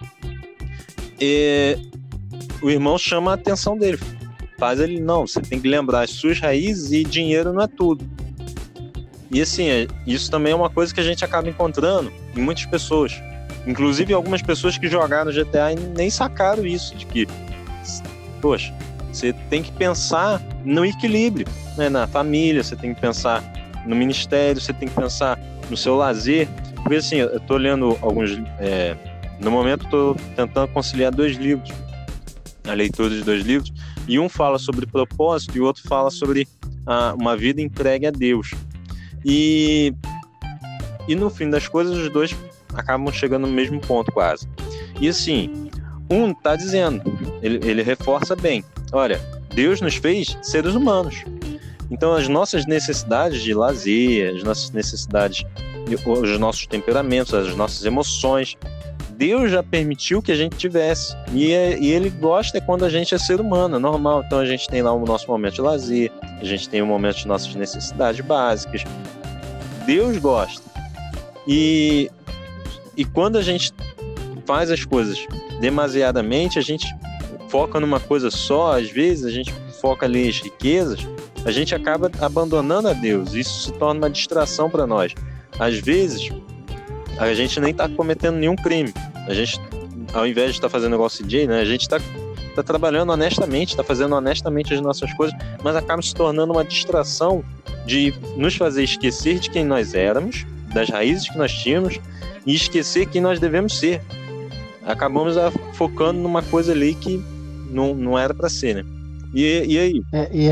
e o irmão chama a atenção dele. Faz ele, não, você tem que lembrar as suas raízes e dinheiro não é tudo. E assim, isso também é uma coisa que a gente acaba encontrando em muitas pessoas. Inclusive algumas pessoas que jogaram GTA e nem sacaram isso, de que, poxa, você tem que pensar no equilíbrio, né? Na família, você tem que pensar no ministério, você tem que pensar no seu lazer. Porque assim, eu tô lendo alguns... no momento eu tô tentando conciliar 2 livros, a leitura de 2 livros, e um fala sobre propósito e o outro fala sobre uma vida entregue a Deus. E no fim das coisas, os dois acabam chegando no mesmo ponto quase. E assim, um tá dizendo, ele reforça bem, olha, Deus nos fez seres humanos. Então as nossas necessidades de lazer, as nossas necessidades, os nossos temperamentos, as nossas emoções, Deus já permitiu que a gente tivesse. E ele gosta quando a gente é ser humano, é normal. Então a gente tem lá o nosso momento de lazer, a gente tem o momento de nossas necessidades básicas. Deus gosta. E quando a gente faz as coisas demasiadamente, a gente foca numa coisa só, às vezes a gente foca ali as riquezas, a gente acaba abandonando a Deus. Isso se torna uma distração para nós. Às vezes, a gente nem está cometendo nenhum crime. A gente, ao invés de estar fazendo igual o CJ, né, a gente está trabalhando honestamente, está fazendo honestamente as nossas coisas, mas acaba se tornando uma distração de nos fazer esquecer de quem nós éramos, das raízes que nós tínhamos, e esquecer quem nós devemos ser. Acabamos focando numa coisa ali que não era para ser, né? E aí?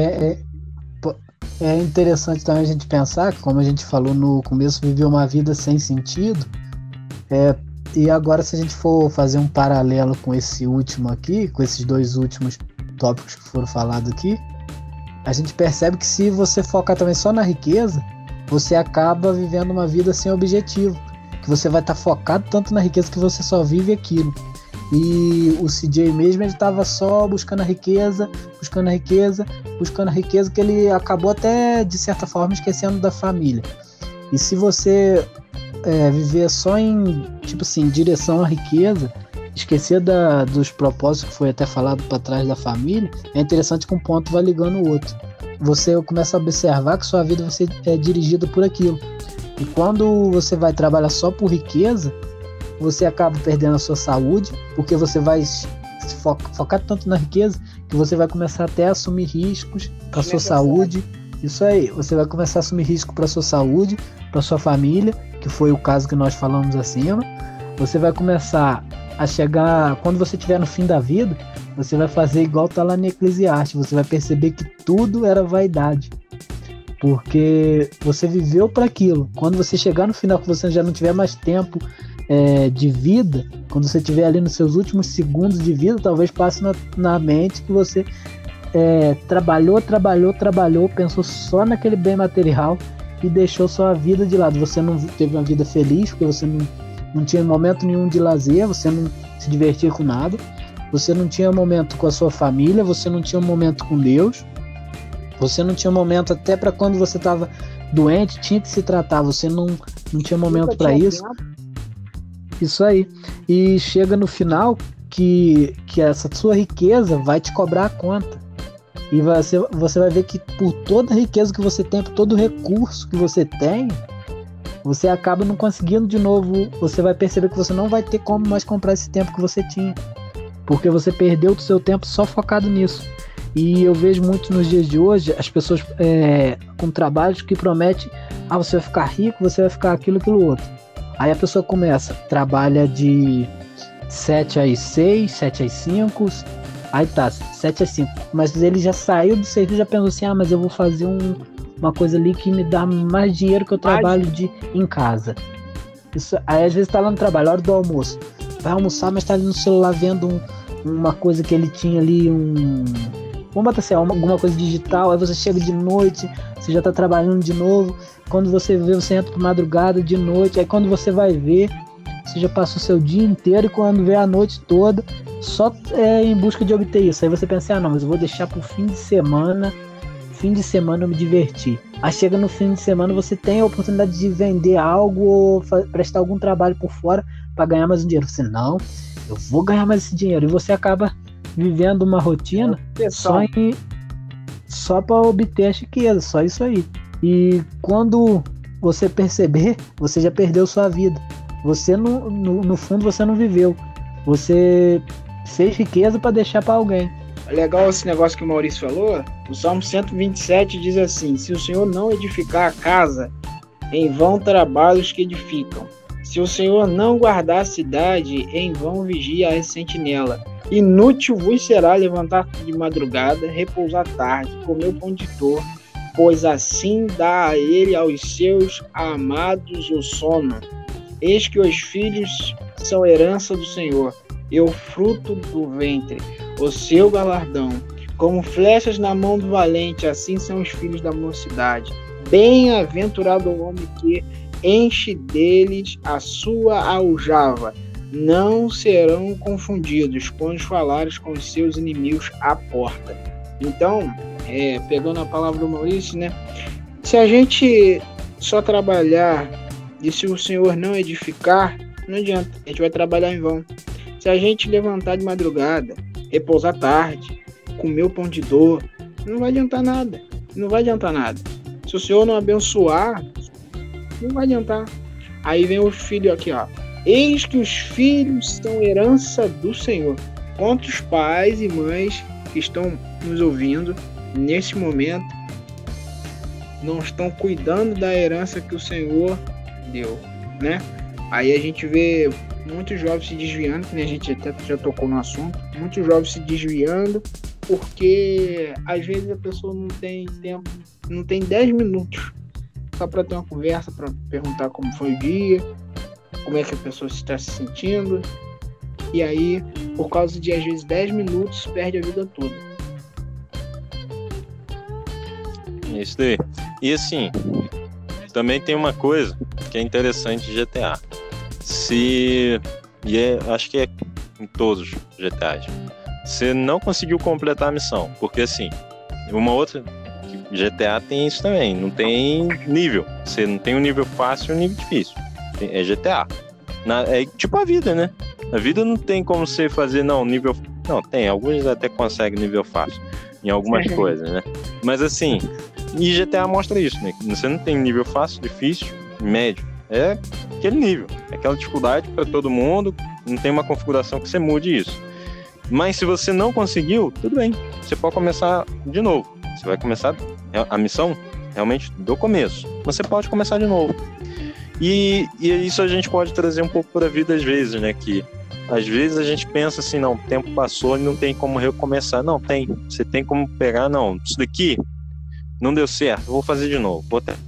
É interessante também a gente pensar que, como a gente falou no começo, viveu uma vida sem sentido. E agora, se a gente for fazer um paralelo com esse último aqui, com esses 2 últimos tópicos que foram falados aqui, a gente percebe que se você focar também só na riqueza, você acaba vivendo uma vida sem objetivo, que você vai estar focado tanto na riqueza que você só vive aquilo. E o CJ mesmo, ele estava só buscando a riqueza, que ele acabou até, de certa forma, esquecendo da família. E se você viver só em, tipo assim, direção à riqueza, esquecer dos propósitos que foi até falado para trás da família, é interessante que um ponto vai ligando o outro. Você começa a observar que sua vida vai ser dirigida por aquilo. E quando você vai trabalhar só por riqueza, você acaba perdendo a sua saúde, porque você vai focar tanto na riqueza que você vai começar até a assumir riscos para sua saúde. Isso aí, você vai começar a assumir risco para sua saúde, para sua família, que foi o caso que nós falamos acima. Você vai começar a chegar, quando você estiver no fim da vida, você vai fazer igual tá lá no Eclesiastes, você vai perceber que tudo era vaidade, porque você viveu para aquilo. Quando você chegar no final, que você já não tiver mais tempo de vida, quando você estiver ali nos seus últimos segundos de vida, talvez passe na mente que você trabalhou, pensou só naquele bem material e deixou sua vida de lado. Você não teve uma vida feliz, porque você não tinha momento nenhum de lazer, você não se divertia com nada, você não tinha momento com a sua família, você não tinha momento com Deus, você não tinha momento até para quando você estava doente, tinha que se tratar, você não tinha momento para isso. Isso aí. E chega no final que essa sua riqueza vai te cobrar a conta. E você vai ver que por toda a riqueza que você tem, por todo o recurso que você tem, você acaba não conseguindo de novo. Você vai perceber que você não vai ter como mais comprar esse tempo que você tinha, porque você perdeu o seu tempo só focado nisso. E eu vejo muito nos dias de hoje as pessoas com trabalhos que prometem: você vai ficar rico, você vai ficar aquilo outro. Aí a pessoa começa, trabalha de 7 às 6, 7 às 5, aí tá, 7 às 5. Mas ele já saiu do serviço e já pensou assim: mas eu vou fazer uma coisa ali que me dá mais dinheiro que eu trabalho em casa. Isso, aí às vezes tá lá no trabalho, hora do almoço. Vai almoçar, mas tá ali no celular vendo uma coisa que ele tinha ali, vamos botar assim, alguma coisa digital. Aí você chega de noite, você já tá trabalhando de novo. Quando você vê, você entra por madrugada, de noite. Aí quando você vai ver, você já passou o seu dia inteiro, e quando vê a noite toda, só em busca de obter isso. Aí você pensa: não, mas eu vou deixar pro fim de semana eu me divertir. Aí chega no fim de semana, você tem a oportunidade de vender algo ou prestar algum trabalho por fora para ganhar mais um dinheiro. Você: não, eu vou ganhar mais esse dinheiro. E você acaba vivendo uma rotina só para obter a riqueza, só isso aí. E quando você perceber, você já perdeu sua vida. Você no fundo você não viveu. Você fez riqueza para deixar para alguém. Legal esse negócio que o Maurício falou. O Salmo 127 diz assim: se o Senhor não edificar a casa, em vão trabalham os que edificam. Se o Senhor não guardar a cidade, em vão vigia a sentinela. Inútil vos será levantar de madrugada, repousar tarde, comer o pão de dor, pois assim dá a ele aos seus amados o sono. Eis que os filhos são herança do Senhor, e o fruto do ventre, o seu galardão. Como flechas na mão do valente, assim são os filhos da mocidade. Bem-aventurado o homem que enche deles a sua aljava. Não serão confundidos quando falares com os seus inimigos à porta. Então, pegando a palavra do Maurício, né? Se a gente só trabalhar e se o Senhor não edificar, não adianta, a gente vai trabalhar em vão. Se a gente levantar de madrugada, repousar tarde, comer o pão de dor, não vai adiantar nada. Não vai adiantar nada. Se o Senhor não abençoar, não vai adiantar. Aí vem o filho aqui, ó. Eis que os filhos são herança do Senhor. Quantos pais e mães que estão nos ouvindo nesse momento não estão cuidando da herança que o Senhor deu, né? Aí a gente vê muitos jovens se desviando, que a gente até já tocou no assunto, muitos jovens se desviando porque às vezes a pessoa não tem tempo, não tem 10 minutos só para ter uma conversa, para perguntar como foi o dia, como é que a pessoa está se sentindo, e aí por causa de às vezes 10 minutos perde a vida toda. Isso daí. E assim, também tem uma coisa que é interessante de GTA. Acho que é em todos os GTAs. Você não conseguiu completar a missão, porque assim, uma outra GTA tem isso também, não tem nível. Você não tem um nível fácil e um nível difícil. É GTA. É tipo a vida, né? A vida não tem como você fazer, nível... Não, tem, alguns até conseguem nível fácil em algumas coisas, né? Mas assim, e GTA mostra isso, né? Você não tem nível fácil, difícil, médio. É aquele nível, é aquela dificuldade para todo mundo, não tem uma configuração que você mude isso. Mas se você não conseguiu, tudo bem. Você pode começar de novo. Você vai começar a missão realmente do começo. Você pode começar de novo. E isso a gente pode trazer um pouco para a vida às vezes, né? Que às vezes a gente pensa assim, não, o tempo passou e não tem como recomeçar. Não, tem. Você tem como pegar, não, isso daqui não deu certo, vou fazer de novo.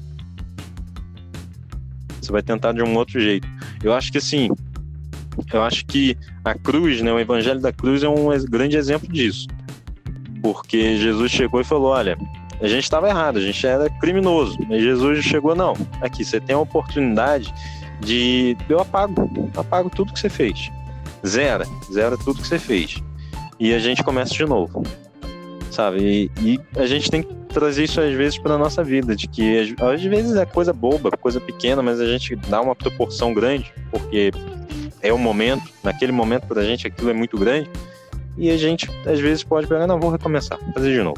Você vai tentar de um outro jeito. Eu acho que assim, a cruz, né, o evangelho da cruz é um grande exemplo disso. Porque Jesus chegou e falou, olha, a gente estava errado, a gente era criminoso. Mas Jesus chegou, não, aqui, você tem a oportunidade eu apago tudo que você fez. Zera tudo que você fez. E a gente começa de novo, sabe? E a gente tem que trazer isso às vezes para nossa vida, de que às vezes é coisa boba, coisa pequena, mas a gente dá uma proporção grande, porque é o momento, naquele momento pra gente aquilo é muito grande, e a gente às vezes pode pegar, não, vou recomeçar, fazer de novo.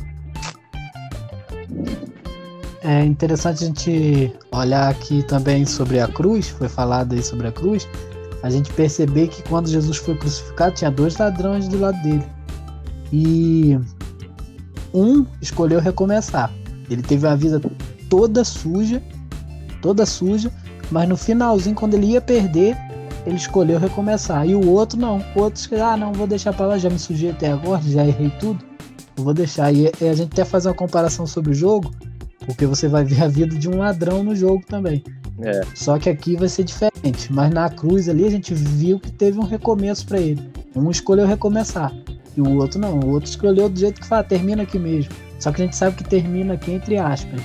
É interessante a gente olhar aqui também sobre a cruz, foi falado aí sobre a cruz, a gente perceber que quando Jesus foi crucificado tinha 2 ladrões do lado dele, e um escolheu recomeçar. Ele teve a vida toda suja, mas no finalzinho, quando ele ia perder, ele escolheu recomeçar. E o outro não. O outro escolheu, não, vou deixar pra lá, já me sujei até agora, já errei tudo, eu vou deixar. E a gente até faz uma comparação sobre o jogo, porque você vai ver a vida de um ladrão no jogo também. Só que aqui vai ser diferente. Mas na cruz ali a gente viu que teve um recomeço para ele. Um escolheu recomeçar e o outro não. O outro escolheu do jeito que fala, termina aqui mesmo. Só que a gente sabe que termina aqui entre aspas.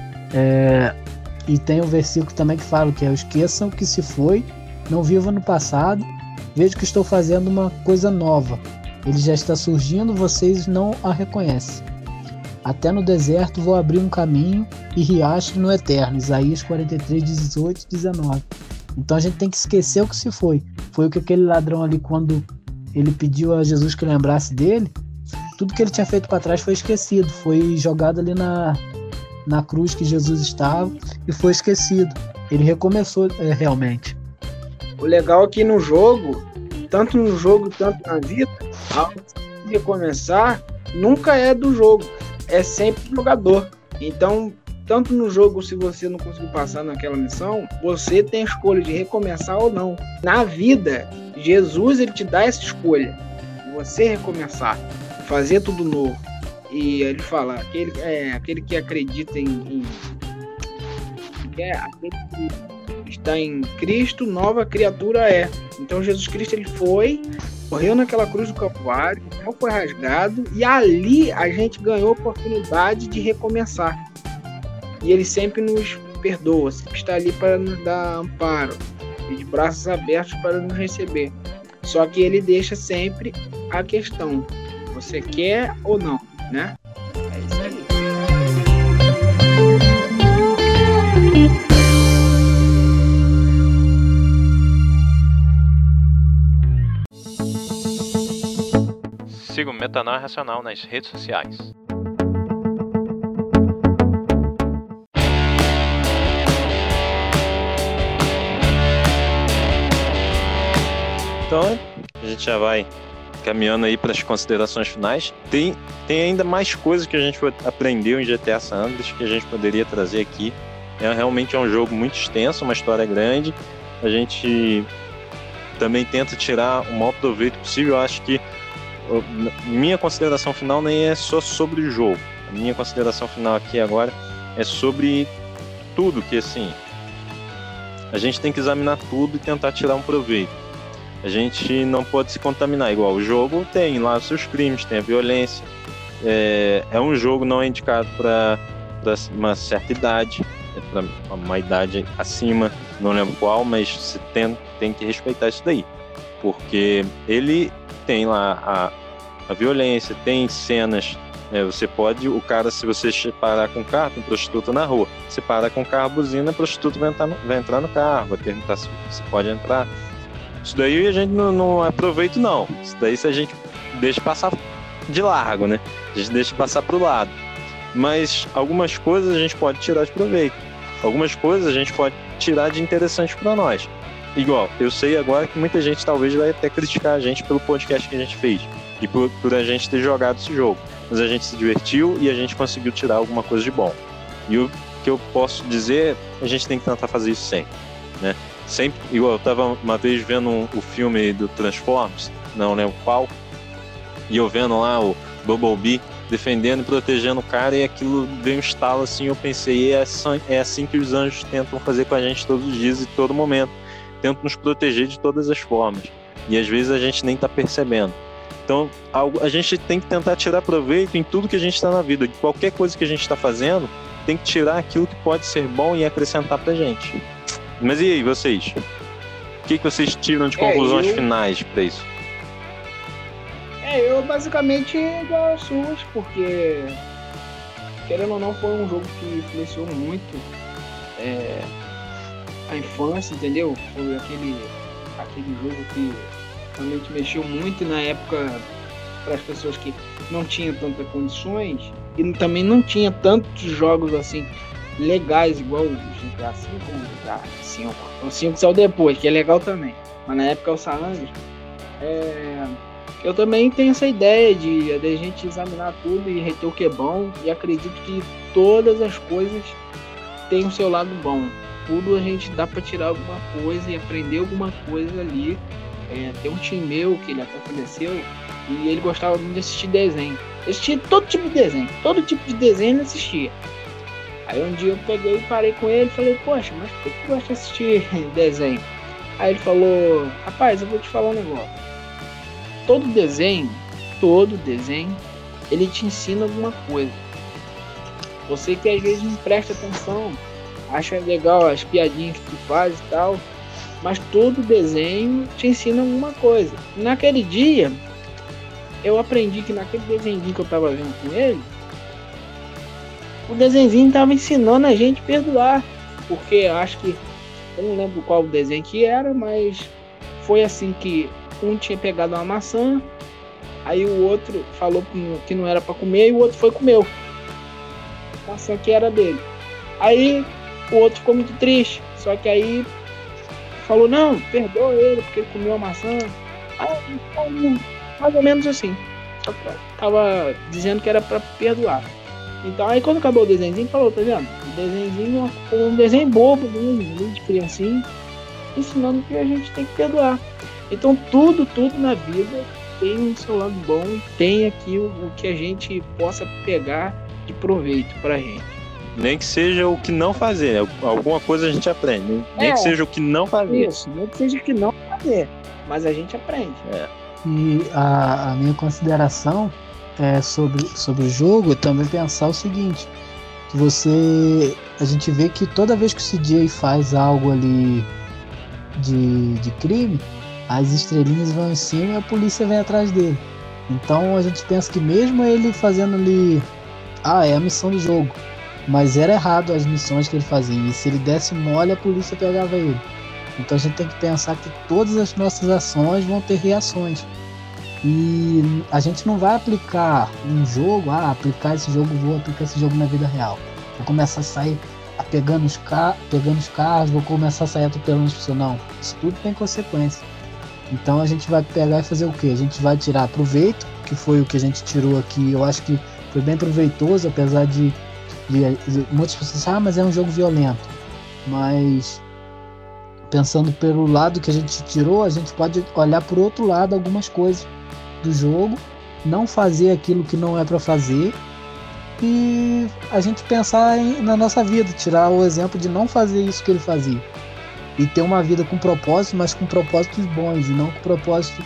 E tem um versículo também que fala que esqueçam que se foi, não viva no passado, vejo que estou fazendo uma coisa nova. Ele já está surgindo, vocês não a reconhecem. Até no deserto vou abrir um caminho e riacho no eterno. Isaías 43, 18, 19. Então a gente tem que esquecer o que se foi. Foi o que aquele ladrão ali, quando ele pediu a Jesus que lembrasse dele, tudo que ele tinha feito para trás foi esquecido. Foi jogado ali na cruz que Jesus estava e foi esquecido. Ele recomeçou realmente. O legal é que no jogo, tanto no jogo quanto na vida, ao recomeçar, nunca é do jogo. É sempre do jogador. Então, tanto no jogo, se você não conseguir passar naquela missão, você tem a escolha de recomeçar ou não. Na vida, Jesus ele te dá essa escolha. Você recomeçar, fazer tudo novo. E ele fala, aquele que acredita aquele que está em Cristo, nova criatura é. Então Jesus Cristo ele morreu naquela cruz do Calvário, o céu foi rasgado, e ali a gente ganhou a oportunidade de recomeçar. E ele sempre nos perdoa, sempre está ali para nos dar amparo, e de braços abertos para nos receber. Só que ele deixa sempre a questão, você quer ou não, né? É isso aí. Siga o Metanoia Racional nas redes sociais. Então, a gente já vai caminhando aí para as considerações finais. Tem ainda mais coisas que a gente aprendeu em GTA San Andreas que a gente poderia trazer aqui. Realmente é um jogo muito extenso, uma história grande. A gente também tenta tirar o maior proveito possível. Eu acho que minha consideração final nem é só sobre o jogo. A minha consideração final aqui agora é sobre tudo, que assim, a gente tem que examinar tudo e tentar tirar um proveito. A gente não pode se contaminar, igual o jogo tem lá os seus crimes, tem a violência. É um jogo não indicado para uma certa idade, para uma idade acima, não lembro qual, mas você tem que respeitar isso daí. Porque ele tem lá a violência, tem cenas, você pode, o cara, se você parar com o carro, tem prostituta na rua, você para com o carro, buzina, a prostituta vai entrar no carro, vai perguntar se você pode entrar. Isso daí a gente não aproveita não, isso daí se a gente deixa passar de largo, né? A gente deixa passar pro lado. Mas algumas coisas a gente pode tirar de proveito, algumas coisas a gente pode tirar de interessante para nós. Igual, eu sei agora que muita gente talvez vai até criticar a gente pelo podcast que a gente fez. e por a gente ter jogado esse jogo. Mas a gente se divertiu e a gente conseguiu tirar alguma coisa de bom. E o que eu posso dizer, a gente tem que tentar fazer isso sempre, né? Sempre, igual eu tava uma vez vendo o filme do Transformers, não lembro qual, e eu vendo lá o Bumblebee defendendo e protegendo o cara, e aquilo veio um estalo assim, eu pensei, é assim que os anjos tentam fazer com a gente todos os dias e todo momento, tentam nos proteger de todas as formas, e às vezes a gente nem tá percebendo. Então a gente tem que tentar tirar proveito em tudo que a gente está na vida, de qualquer coisa que a gente está fazendo, tem que tirar aquilo que pode ser bom e acrescentar pra gente. Mas e aí, vocês? O que vocês tiram de conclusões finais pra isso? Eu basicamente igual as suas, porque querendo ou não, foi um jogo que influenciou muito a infância, entendeu? Foi aquele jogo que realmente mexeu muito na época para as pessoas que não tinham tantas condições e também não tinha tantos jogos assim legais igual o GTA V ou o GTA V. O 5 saiu depois, que é legal também, mas na época é o San Andreas. Eu também tenho essa ideia de a gente examinar tudo e reter o que é bom, e acredito que todas as coisas têm o seu lado bom. Tudo a gente dá para tirar alguma coisa e aprender alguma coisa ali. Tem um tio meu que ele até faleceu e ele gostava muito de assistir desenho. Eu assistia todo tipo de desenho ele assistia. Aí um dia eu peguei e parei com ele e falei, poxa, mas por que tu gosta de assistir desenho? Aí ele falou, rapaz, eu vou te falar um negócio. Todo desenho, ele te ensina alguma coisa. Você que às vezes não presta atenção, acha legal as piadinhas que tu faz e tal, mas todo desenho te ensina alguma coisa. E naquele dia, eu aprendi que naquele desenho que eu tava vendo com ele, o desenho tava ensinando a gente a perdoar. Porque acho que, eu não lembro qual desenho que era, mas foi assim que um tinha pegado uma maçã, aí o outro falou que não era para comer e o outro foi e comeu. A maçã que era dele. Aí o outro ficou muito triste, só que aí falou, não, perdoa ele porque ele comeu a maçã. Aí, mais ou menos assim. Só tava dizendo que era para perdoar. Então aí quando acabou o desenho, falou, tá vendo? O desenho foi um desenho bobo, de criancinha, ensinando que a gente tem que perdoar. Então tudo na vida tem um seu lado bom e tem aqui o que a gente possa pegar de proveito pra gente. Nem que seja o que não fazer, alguma coisa a gente aprende. Nem que seja o que não fazer. Isso, nem que seja o que não fazer, mas a gente aprende. E a minha consideração sobre o jogo é também pensar o seguinte, que a gente vê que toda vez que o CJ faz algo ali de crime, as estrelinhas vão em cima e a polícia vem atrás dele. Então a gente pensa que mesmo ele fazendo ali, é a missão do jogo, mas era errado as missões que ele fazia, e se ele desse mole a polícia pegava ele. Então a gente tem que pensar que todas as nossas ações vão ter reações, e a gente não vai aplicar um jogo, vou aplicar esse jogo na vida real, vou começar a sair pegando os carros, vou começar a sair atropelando as pessoas. Não, isso tudo tem consequência. Então a gente vai pegar e fazer o quê? A gente vai tirar proveito, que foi o que a gente tirou aqui. Eu acho que foi bem proveitoso, apesar de muitas pessoas dizem, mas é um jogo violento. Mas pensando pelo lado que a gente tirou, a gente pode olhar por outro lado algumas coisas do jogo, não fazer aquilo que não é para fazer, e a gente pensar na nossa vida, tirar o exemplo de não fazer isso que ele fazia. E ter uma vida com propósito, mas com propósitos bons, e não com propósito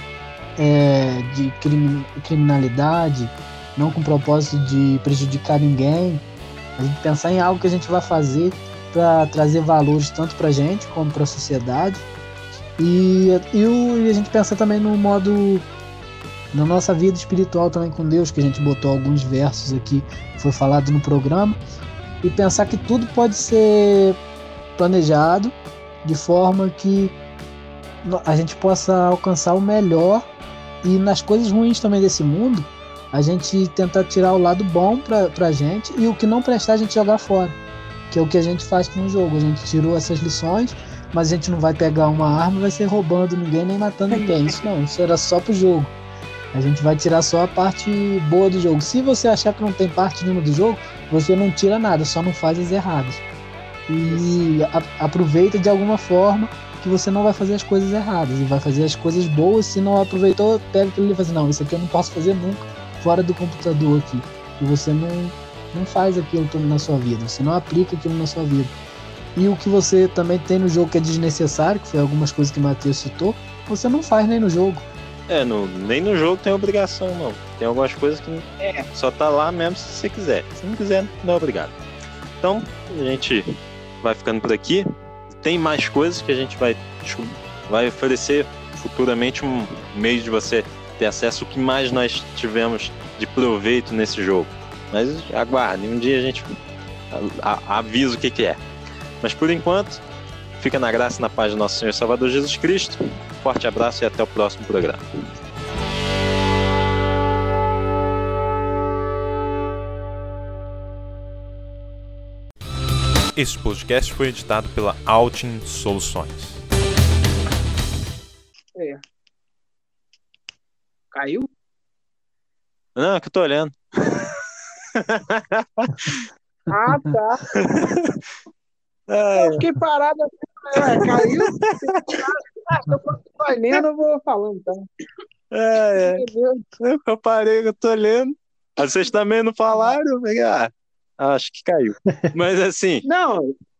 de criminalidade, não com propósito de prejudicar ninguém. A gente pensar em algo que a gente vai fazer para trazer valores tanto para a gente como para a sociedade. E a gente pensa também no modo, na nossa vida espiritual também com Deus, que a gente botou alguns versos aqui, foi falado no programa, e pensar que tudo pode ser planejado de forma que a gente possa alcançar o melhor, e nas coisas ruins também desse mundo, a gente tentar tirar o lado bom pra gente, e o que não prestar a gente jogar fora, que é o que a gente faz com o jogo. A gente tirou essas lições, mas a gente não vai pegar uma arma e vai ser roubando ninguém nem matando ninguém. Isso era só pro jogo. A gente vai tirar só a parte boa do jogo. Se você achar que não tem parte nenhuma do jogo, você não tira nada, só não faz as erradas. E aproveita de alguma forma que você não vai fazer as coisas erradas e vai fazer as coisas boas. Se não aproveitou, pega aquilo ali e fala assim, não, isso aqui eu não posso fazer nunca fora do computador aqui. E você não faz aquilo tudo na sua vida, você não aplica aquilo na sua vida. E o que você também tem no jogo que é desnecessário, que foi algumas coisas que o Matheus citou, você não faz nem no jogo. Nem no jogo tem obrigação, não. Tem algumas coisas que só tá lá mesmo se você quiser. Se não quiser, não é obrigado. Então, a gente vai ficando por aqui. Tem mais coisas que a gente vai oferecer futuramente um meio de você ter acesso ao que mais nós tivemos de proveito nesse jogo. Mas aguarde, um dia a gente avisa o que é. Mas por enquanto, fica na graça e na paz do nosso Senhor e Salvador Jesus Cristo. Forte abraço e até o próximo programa. Este podcast foi editado pela Altin Soluções. Caiu? Não, é que eu tô olhando. Ah, tá. Eu fiquei parado assim, caiu? Se eu for olhando, eu vou falando, tá? Eu parei, eu tô olhando. Vocês também não falaram? Eu falei, acho que caiu. Mas assim... Não,